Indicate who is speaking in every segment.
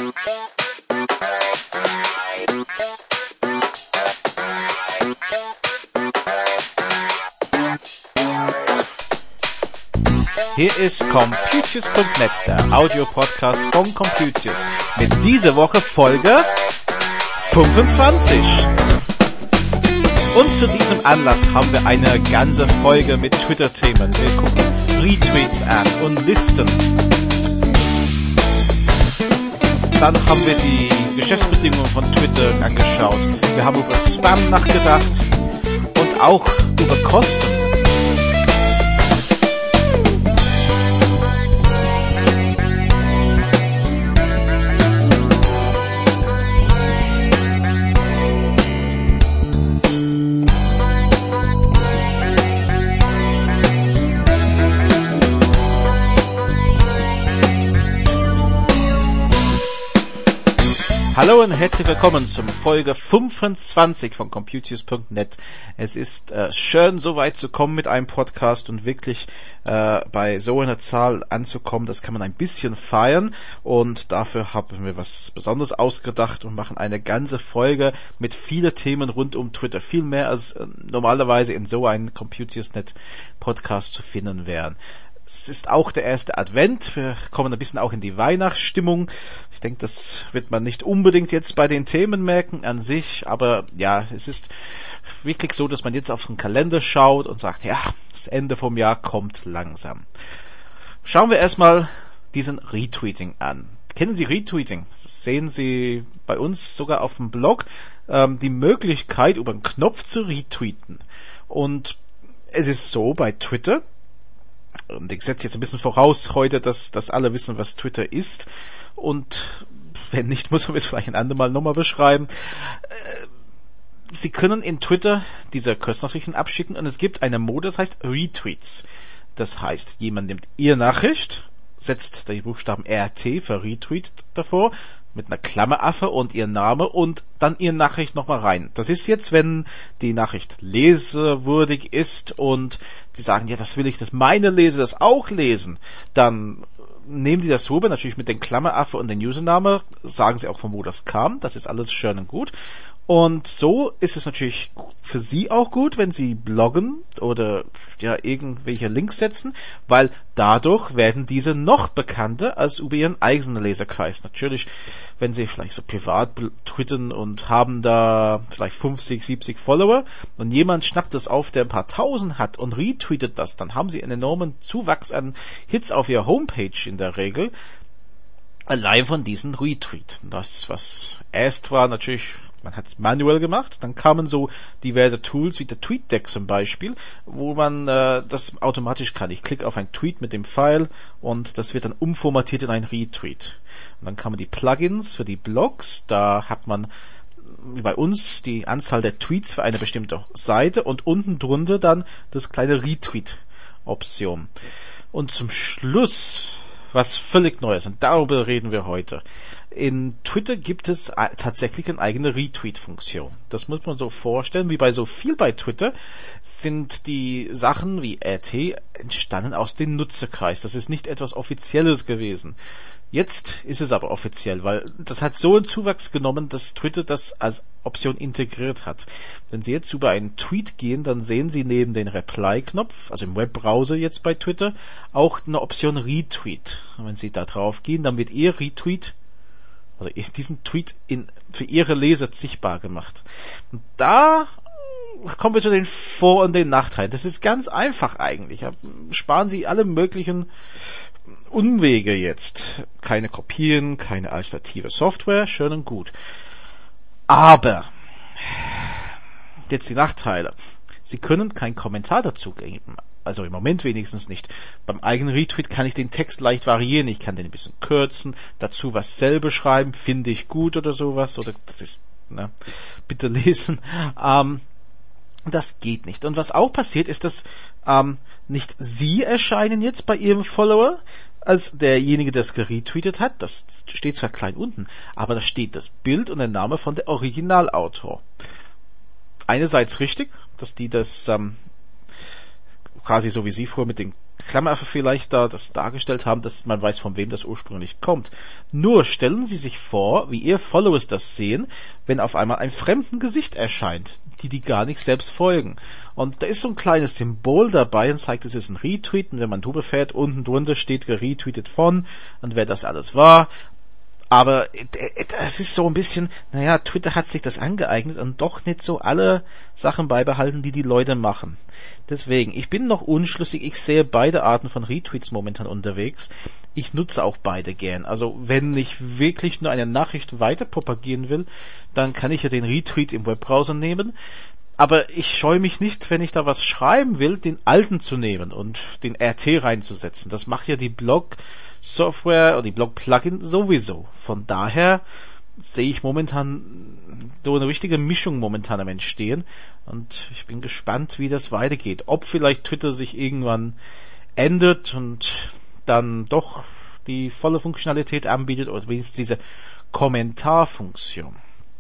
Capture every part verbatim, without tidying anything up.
Speaker 1: Hier ist Computius Punkt net, der Audio-Podcast von Computius, mit dieser Woche Folge fünfundzwanzig. Und zu diesem Anlass haben wir eine ganze Folge mit Twitter-Themen. Wir gucken Retweets an und Listen. Dann haben wir die Geschäftsbedingungen von Twitter angeschaut. Wir haben über Spam nachgedacht und auch über Kosten. Hallo und herzlich willkommen zum Folge fünfundzwanzig von Computius Punkt net. Es ist äh, schön, so weit zu kommen mit einem Podcast und wirklich äh, bei so einer Zahl anzukommen. Das kann man ein bisschen feiern und dafür haben wir was Besonderes ausgedacht und machen eine ganze Folge mit vielen Themen rund um Twitter. Viel mehr als äh, normalerweise in so einem Computius Punkt net Podcast zu finden wären. Es ist auch der erste Advent. Wir kommen ein bisschen auch in die Weihnachtsstimmung. Ich denke, das wird man nicht unbedingt jetzt bei den Themen merken an sich. Aber ja, es ist wirklich so, dass man jetzt auf den Kalender schaut und sagt, ja, das Ende vom Jahr kommt langsam. Schauen wir erstmal diesen Retweeting an. Kennen Sie Retweeting? Das sehen Sie bei uns sogar auf dem Blog. Ähm, die Möglichkeit, über einen Knopf zu retweeten. Und es ist so bei Twitter, und ich setze jetzt ein bisschen voraus heute, dass, dass alle wissen, was Twitter ist. Und wenn nicht, muss man es vielleicht ein andermal nochmal beschreiben. Sie können in Twitter diese Kurznachrichten abschicken und es gibt eine Mode, das heißt Retweets. Das heißt, jemand nimmt Ihre Nachricht, setzt die Buchstaben R T für Retweet davor, mit einer Klammeraffe und ihr Name und dann ihre Nachricht nochmal rein. Das ist jetzt, wenn die Nachricht lesewürdig ist und die sagen, ja, das will ich, dass meine Leser das auch lesen, dann nehmen die das rüber, natürlich mit den Klammeraffe und den Username, sagen sie auch, von wo das kam, das ist alles schön und gut. Und so ist es natürlich für Sie auch gut, wenn Sie bloggen oder ja irgendwelche Links setzen, weil dadurch werden diese noch bekannter als über Ihren eigenen Leserkreis. Natürlich, wenn Sie vielleicht so privat twittern und haben da vielleicht fünfzig, siebzig Follower und jemand schnappt das auf, der ein paar tausend hat und retweetet das, dann haben Sie einen enormen Zuwachs an Hits auf Ihrer Homepage in der Regel. Allein von diesen Retweet. Das, was erst war, natürlich, man hat es manuell gemacht, dann kamen so diverse Tools wie der TweetDeck zum Beispiel, wo man äh, das automatisch kann. Ich klicke auf einen Tweet mit dem Pfeil und das wird dann umformatiert in einen Retweet. Und dann kamen die Plugins für die Blogs, da hat man wie bei uns die Anzahl der Tweets für eine bestimmte Seite und unten drunter dann das kleine Retweet-Option. Und zum Schluss was völlig Neues, und darüber reden wir heute. In Twitter gibt es tatsächlich eine eigene Retweet-Funktion. Das muss man so vorstellen, wie bei so viel bei Twitter sind die Sachen wie R T entstanden aus dem Nutzerkreis. Das ist nicht etwas Offizielles gewesen. Jetzt ist es aber offiziell, weil das hat so einen Zuwachs genommen, dass Twitter das als Option integriert hat. Wenn Sie jetzt über einen Tweet gehen, dann sehen Sie neben den Reply-Knopf, also im Webbrowser jetzt bei Twitter, auch eine Option Retweet. Und wenn Sie da drauf gehen, dann wird Ihr Retweet, also diesen Tweet in, für Ihre Leser sichtbar gemacht. Und da kommen wir zu den Vor- und den Nachteilen. Das ist ganz einfach eigentlich. Ja, sparen Sie alle möglichen Unwege jetzt. Keine Kopien, keine alternative Software, schön und gut. Aber jetzt die Nachteile. Sie können keinen Kommentar dazu geben. Also im Moment wenigstens nicht. Beim eigenen Retweet kann ich den Text leicht variieren. Ich kann den ein bisschen kürzen, dazu was selber schreiben, finde ich gut oder sowas. Oder das ist, ne, bitte lesen. Ähm, das geht nicht. Und was auch passiert, ist, dass ähm, nicht Sie erscheinen jetzt bei Ihrem Follower als derjenige, der es geretweetet hat. Das steht zwar klein unten, aber da steht das Bild und der Name von der Originalautor. Einerseits richtig, dass die das ähm, quasi so wie Sie früher mit den Klammern vielleicht da das dargestellt haben, dass man weiß, von wem das ursprünglich kommt. Nur stellen Sie sich vor, wie Ihr Followers das sehen, wenn auf einmal ein fremden Gesicht erscheint, die die gar nicht selbst folgen. Und da ist so ein kleines Symbol dabei und zeigt, es ist ein Retweet, und wenn man drüber fährt, unten drunter steht geretweetet von und wer das alles war. Aber es ist so ein bisschen, naja, Twitter hat sich das angeeignet und doch nicht so alle Sachen beibehalten, die die Leute machen. Deswegen, ich bin noch unschlüssig, ich sehe beide Arten von Retweets momentan unterwegs. Ich nutze auch beide gern. Also wenn ich wirklich nur eine Nachricht weiter propagieren will, dann kann ich ja den Retweet im Webbrowser nehmen. Aber ich scheue mich nicht, wenn ich da was schreiben will, den alten zu nehmen und den R T reinzusetzen. Das macht ja die Blog-Software oder die Blog-Plugin sowieso. Von daher sehe ich momentan so eine richtige Mischung momentan am Entstehen. Und ich bin gespannt, wie das weitergeht. Ob vielleicht Twitter sich irgendwann ändert und dann doch die volle Funktionalität anbietet oder wenigstens diese Kommentarfunktion.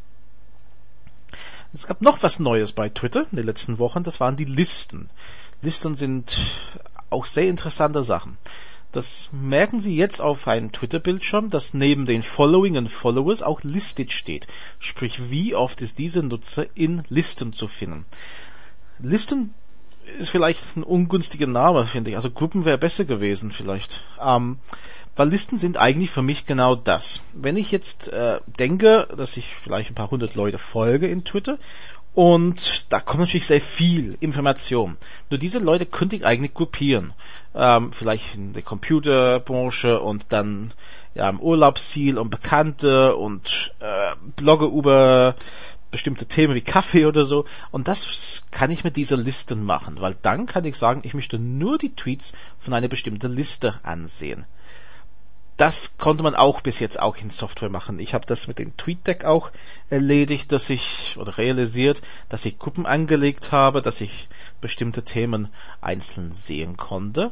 Speaker 1: Es gab noch was Neues bei Twitter in den letzten Wochen, das waren die Listen. Listen sind auch sehr interessante Sachen. Das merken Sie jetzt auf einem Twitter-Bildschirm, dass neben den Following und Followers auch Listed steht. Sprich, wie oft ist dieser Nutzer in Listen zu finden. Listen ist vielleicht ein ungünstiger Name, finde ich. Also Gruppen wäre besser gewesen vielleicht. Ähm, weil Listen sind eigentlich für mich genau das. Wenn ich jetzt äh, denke, dass ich vielleicht ein paar hundert Leute folge in Twitter und da kommt natürlich sehr viel Information. Nur diese Leute könnte ich eigentlich gruppieren. Ähm, vielleicht in der Computerbranche und dann ja, im Urlaubsziel und Bekannte und äh, Blogger über bestimmte Themen wie Kaffee oder so. Und das kann ich mit dieser Listen machen, weil dann kann ich sagen, ich möchte nur die Tweets von einer bestimmten Liste ansehen. Das konnte man auch bis jetzt auch in Software machen. Ich habe das mit dem TweetDeck auch erledigt, dass ich, oder realisiert, dass ich Gruppen angelegt habe, dass ich bestimmte Themen einzeln sehen konnte.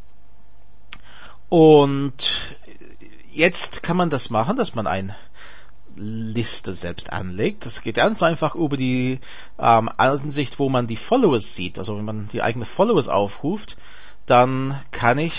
Speaker 1: Und jetzt kann man das machen, dass man eine Liste selbst anlegt. Das geht ganz einfach über die ähm, Ansicht, wo man die Followers sieht. Also wenn man die eigenen Followers aufruft, dann kann ich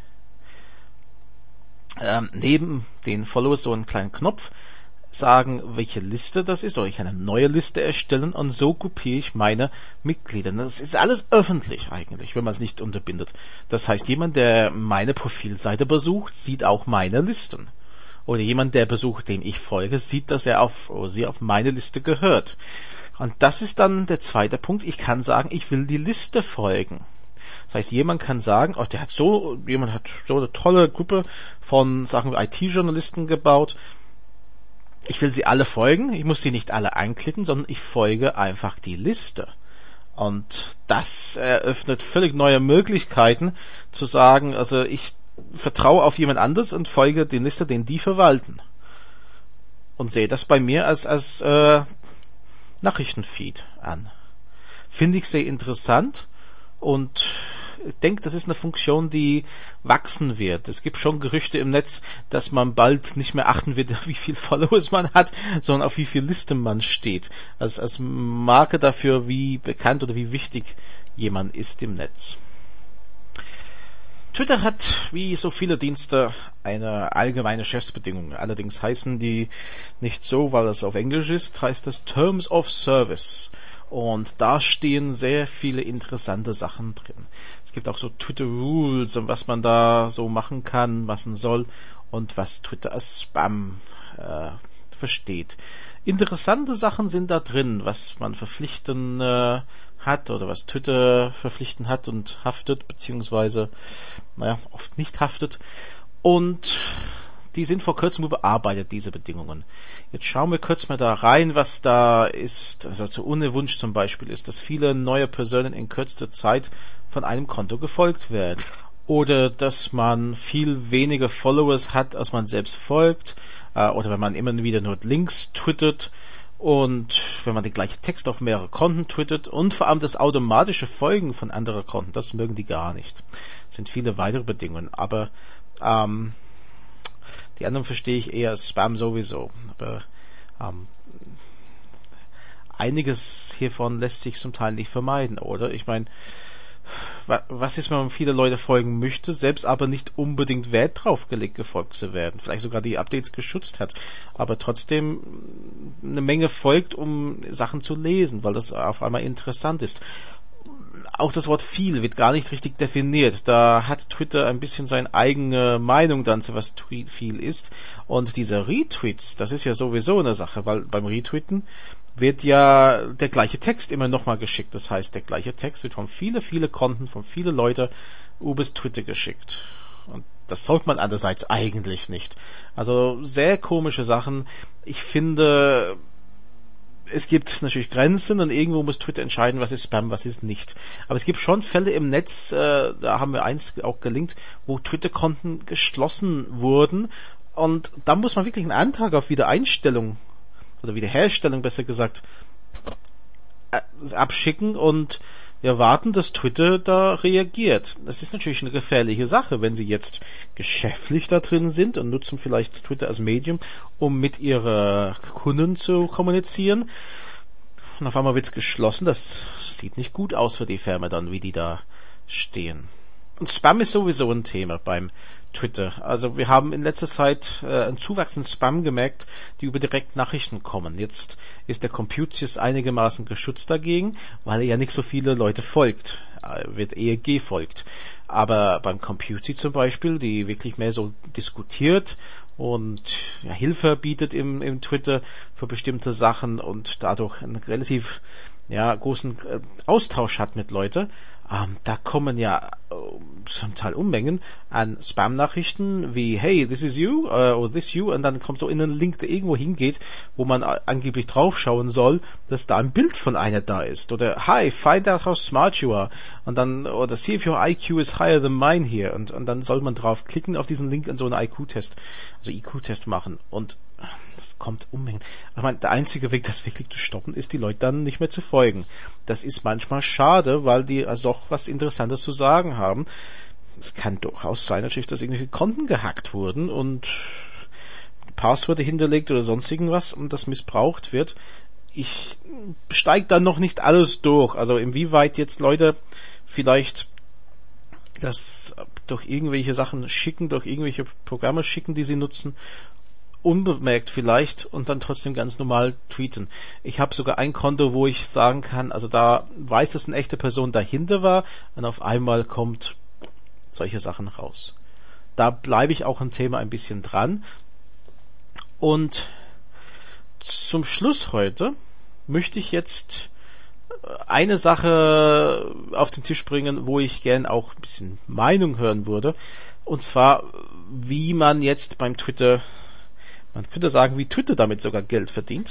Speaker 1: Ähm, neben den Followers so einen kleinen Knopf sagen, welche Liste das ist, oder ich kann eine neue Liste erstellen und so gruppiere ich meine Mitglieder. Das ist alles öffentlich eigentlich, wenn man es nicht unterbindet. Das heißt, jemand, der meine Profilseite besucht, sieht auch meine Listen. Oder jemand, der besucht, dem ich folge, sieht, dass er auf, oder sie auf meine Liste gehört. Und das ist dann der zweite Punkt. Ich kann sagen, ich will die Liste folgen. Das heißt, jemand kann sagen, oh, der hat so, jemand hat so eine tolle Gruppe von Sachen wie I T-Journalisten gebaut. Ich will sie alle folgen. Ich muss sie nicht alle anklicken, sondern ich folge einfach die Liste. Und das eröffnet völlig neue Möglichkeiten zu sagen, also ich vertraue auf jemand anderes und folge den Liste, den die verwalten. Und sehe das bei mir als, als äh, Nachrichtenfeed an. Finde ich sehr interessant. Und ich denke, das ist eine Funktion, die wachsen wird. Es gibt schon Gerüchte im Netz, dass man bald nicht mehr achten wird, wie viel Followers man hat, sondern auf wie viel Listen man steht. Als, als Marke dafür, wie bekannt oder wie wichtig jemand ist im Netz. Twitter hat, wie so viele Dienste, eine allgemeine Geschäftsbedingung. Allerdings heißen die nicht so, weil es auf Englisch ist, heißt es Terms of Service. Und da stehen sehr viele interessante Sachen drin. Es gibt auch so Twitter Rules und was man da so machen kann, was man soll und was Twitter als Spam äh, versteht. Interessante Sachen sind da drin, was man verpflichten äh, hat oder was Twitter verpflichten hat und haftet, beziehungsweise naja, oft nicht haftet. Und die sind vor kurzem überarbeitet, diese Bedingungen. Jetzt schauen wir kurz mal da rein, was da ist. Also zu unerwünscht zum Beispiel ist, dass viele neue Personen in kürzester Zeit von einem Konto gefolgt werden. Oder dass man viel weniger Followers hat, als man selbst folgt. Äh, oder wenn man immer wieder nur Links twittert. Und wenn man den gleichen Text auf mehrere Konten twittert. Und vor allem das automatische Folgen von anderen Konten. Das mögen die gar nicht. Das sind viele weitere Bedingungen. Aber ähm, die anderen verstehe ich eher als Spam sowieso. Aber ähm, einiges hiervon lässt sich zum Teil nicht vermeiden, oder? Ich meine, was ist, wenn man viele Leute folgen möchte, selbst aber nicht unbedingt Wert drauf gelegt, gefolgt zu werden, vielleicht sogar die Updates geschützt hat, aber trotzdem eine Menge folgt, um Sachen zu lesen, weil das auf einmal interessant ist. Auch das Wort viel wird gar nicht richtig definiert. Da hat Twitter ein bisschen seine eigene Meinung dann zu was viel ist. Und diese Retweets, das ist ja sowieso eine Sache, weil beim Retweeten wird ja der gleiche Text immer nochmal geschickt. Das heißt, der gleiche Text wird von viele, viele Konten, von viele Leute übers Twitter geschickt. Und das sollte man andererseits eigentlich nicht. Also sehr komische Sachen. Ich finde, es gibt natürlich Grenzen und irgendwo muss Twitter entscheiden, was ist Spam, was ist nicht. Aber es gibt schon Fälle im Netz, äh, da haben wir eins auch gelingt, wo Twitter-Konten geschlossen wurden und da muss man wirklich einen Antrag auf Wiedereinstellung oder Wiederherstellung besser gesagt äh, abschicken und wir warten, dass Twitter da reagiert. Das ist natürlich eine gefährliche Sache, wenn sie jetzt geschäftlich da drin sind und nutzen vielleicht Twitter als Medium, um mit ihren Kunden zu kommunizieren. Und auf einmal wird's geschlossen. Das sieht nicht gut aus für die Firma dann, wie die da stehen. Und Spam ist sowieso ein Thema beim Twitter. Also wir haben in letzter Zeit äh, einen Zuwachs in Spam gemerkt, die über Direktnachrichten kommen. Jetzt ist der Computius einigermaßen geschützt dagegen, weil er ja nicht so viele Leute folgt. Er wird eher gefolgt. Aber beim Computi zum Beispiel, die wirklich mehr so diskutiert und ja, Hilfe bietet im, im Twitter für bestimmte Sachen und dadurch einen relativ ja, großen äh, Austausch hat mit Leuten, ähm, da kommen ja äh, zum Teil Unmengen an Spam-Nachrichten wie hey, this is you, uh, or this you, und dann kommt so in einen Link, der irgendwo hingeht, wo man äh, angeblich draufschauen soll, dass da ein Bild von einer da ist, oder hi, find out how smart you are, und dann, oder see if your I Q is higher than mine here, und, und dann soll man draufklicken auf diesen Link und so einen I Q-Test, also I Q-Test machen, und das kommt Unmengen. Ich meine, der einzige Weg, das wirklich zu stoppen, ist, die Leute dann nicht mehr zu folgen. Das ist manchmal schade, weil die also doch was Interessantes zu sagen haben. Es kann durchaus sein, natürlich, dass irgendwelche Konten gehackt wurden und Passwörter hinterlegt oder sonst irgendwas und das missbraucht wird. Ich steige da noch nicht alles durch. Also inwieweit jetzt Leute vielleicht das durch irgendwelche Sachen schicken, durch irgendwelche Programme schicken, die sie nutzen, unbemerkt vielleicht und dann trotzdem ganz normal tweeten. Ich habe sogar ein Konto, wo ich sagen kann, also da weiß, dass eine echte Person dahinter war und auf einmal kommt solche Sachen raus. Da bleibe ich auch im Thema ein bisschen dran. Und zum Schluss heute möchte ich jetzt eine Sache auf den Tisch bringen, wo ich gern auch ein bisschen Meinung hören würde. Und zwar, wie man jetzt beim Twitter, man könnte sagen, wie Twitter damit sogar Geld verdient.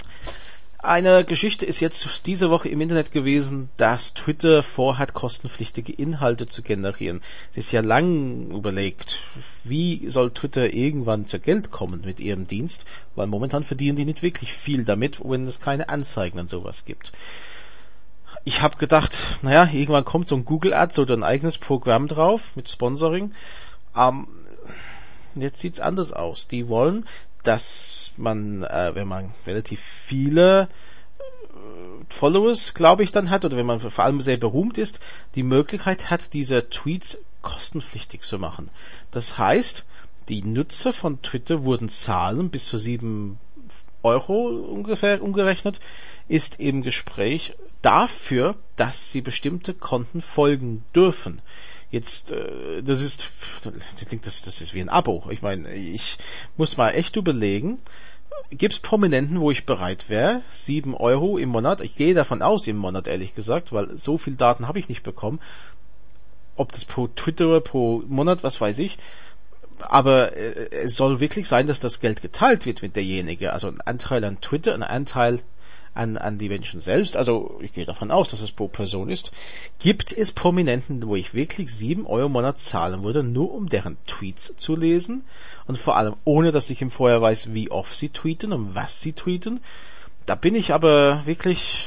Speaker 1: Eine Geschichte ist jetzt diese Woche im Internet gewesen, dass Twitter vorhat, kostenpflichtige Inhalte zu generieren. Es ist ja lang überlegt, wie soll Twitter irgendwann zu Geld kommen mit ihrem Dienst, weil momentan verdienen die nicht wirklich viel damit, wenn es keine Anzeigen und sowas gibt. Ich habe gedacht, naja, irgendwann kommt so ein Google Ads oder ein eigenes Programm drauf mit Sponsoring. Ähm, jetzt sieht's anders aus. Die wollen, dass man, äh, wenn man relativ viele äh, Followers, glaube ich, dann hat, oder wenn man vor allem sehr berühmt ist, die Möglichkeit hat, diese Tweets kostenpflichtig zu machen. Das heißt, die Nutzer von Twitter wurden zahlen, bis zu sieben Euro ungefähr umgerechnet, ist im Gespräch dafür, dass sie bestimmte Konten folgen dürfen. Jetzt, äh, das ist, ich denke, das, das ist wie ein Abo. Ich meine, ich muss mal echt überlegen, gibt es Prominenten, wo ich bereit wäre, sieben Euro im Monat, ich gehe davon aus im Monat, ehrlich gesagt, weil so viel Daten habe ich nicht bekommen, ob das pro Twitter, pro Monat, was weiß ich, aber äh, es soll wirklich sein, dass das Geld geteilt wird mit derjenige, also ein Anteil an Twitter, ein Anteil an, an die Menschen selbst, also ich gehe davon aus, dass es pro Person ist. Gibt es Prominenten, wo ich wirklich sieben Euro im Monat zahlen würde, nur um deren Tweets zu lesen und vor allem ohne, dass ich im Vorher weiß, wie oft sie tweeten und was sie tweeten? Da bin ich aber wirklich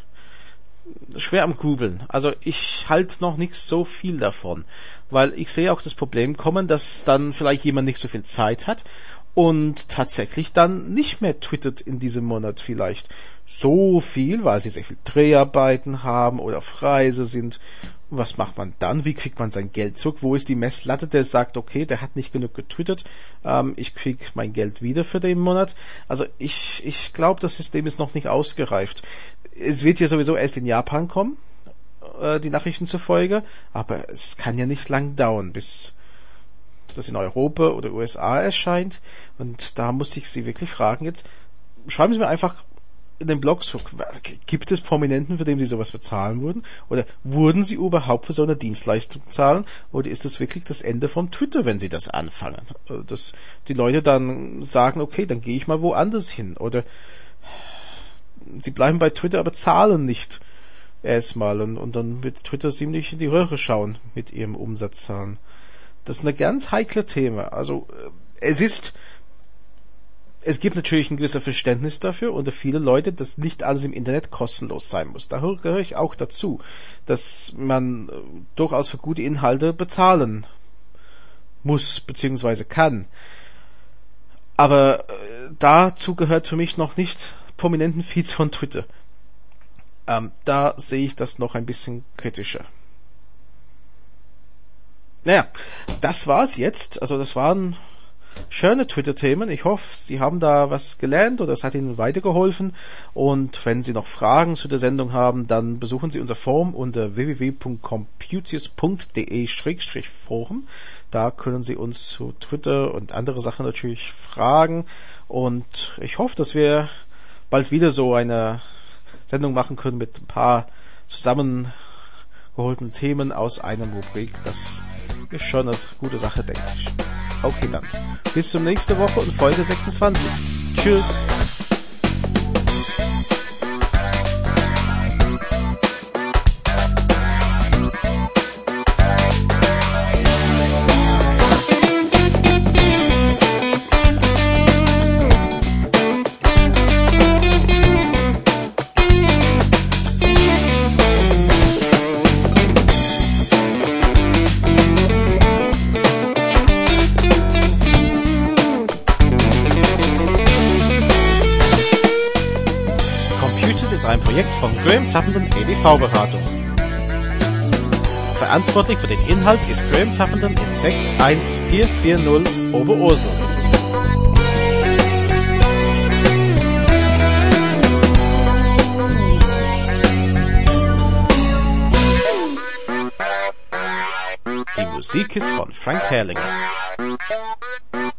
Speaker 1: schwer am Grübeln. Also ich halte noch nicht so viel davon, weil ich sehe auch das Problem kommen, dass dann vielleicht jemand nicht so viel Zeit hat und tatsächlich dann nicht mehr twittert in diesem Monat vielleicht so viel, weil sie sehr viel Dreharbeiten haben oder auf Reise sind Was macht man dann? Wie kriegt man sein Geld zurück? Wo ist die Messlatte, der sagt, okay, der hat nicht genug getwittert, ähm, ich krieg mein Geld wieder für den Monat? Also ich, ich glaube, das System ist noch nicht ausgereift. Es wird ja sowieso erst in Japan kommen, äh, die Nachrichten zufolge, aber es kann ja nicht lang dauern, bis das in Europa oder U S A erscheint. Und da muss ich Sie wirklich fragen jetzt, schreiben Sie mir einfach in den Blogs, gibt es Prominenten, für den Sie sowas bezahlen würden? Oder wurden Sie überhaupt für so eine Dienstleistung zahlen? Oder ist das wirklich das Ende vom Twitter, wenn Sie das anfangen? Dass die Leute dann sagen, okay, dann gehe ich mal woanders hin. Oder Sie bleiben bei Twitter, aber zahlen nicht erstmal. Und, und dann wird Twitter ziemlich in die Röhre schauen mit ihrem Umsatzzahlen. Das ist eine ganz heikle Thema. Also es ist Es gibt natürlich ein gewisses Verständnis dafür unter viele Leute, dass nicht alles im Internet kostenlos sein muss. Da gehöre ich auch dazu, dass man durchaus für gute Inhalte bezahlen muss bzw. kann. Aber dazu gehört für mich noch nicht prominenten Feeds von Twitter. Ähm, da sehe ich das noch ein bisschen kritischer. Naja, das war's jetzt. Also das waren schöne Twitter-Themen. Ich hoffe, Sie haben da was gelernt oder es hat Ihnen weitergeholfen. Und wenn Sie noch Fragen zu der Sendung haben, dann besuchen Sie unser Forum unter w w w punkt computius punkt d e slash forum. Da können Sie uns zu Twitter und andere Sachen natürlich fragen. Und ich hoffe, dass wir bald wieder so eine Sendung machen können mit ein paar zusammengeholten Themen aus einer Rubrik. Das ist schon eine gute Sache, denke ich. Okay, dann. Bis zur nächsten Woche und Folge sechsundzwanzig. Tschüss. Ein Projekt von Graham Tappenden E D V-Beratung. Verantwortlich für den Inhalt ist Graham Tappenden in sechs eins vier vier null Oberursel. Die Musik ist von Frank Herrlinger.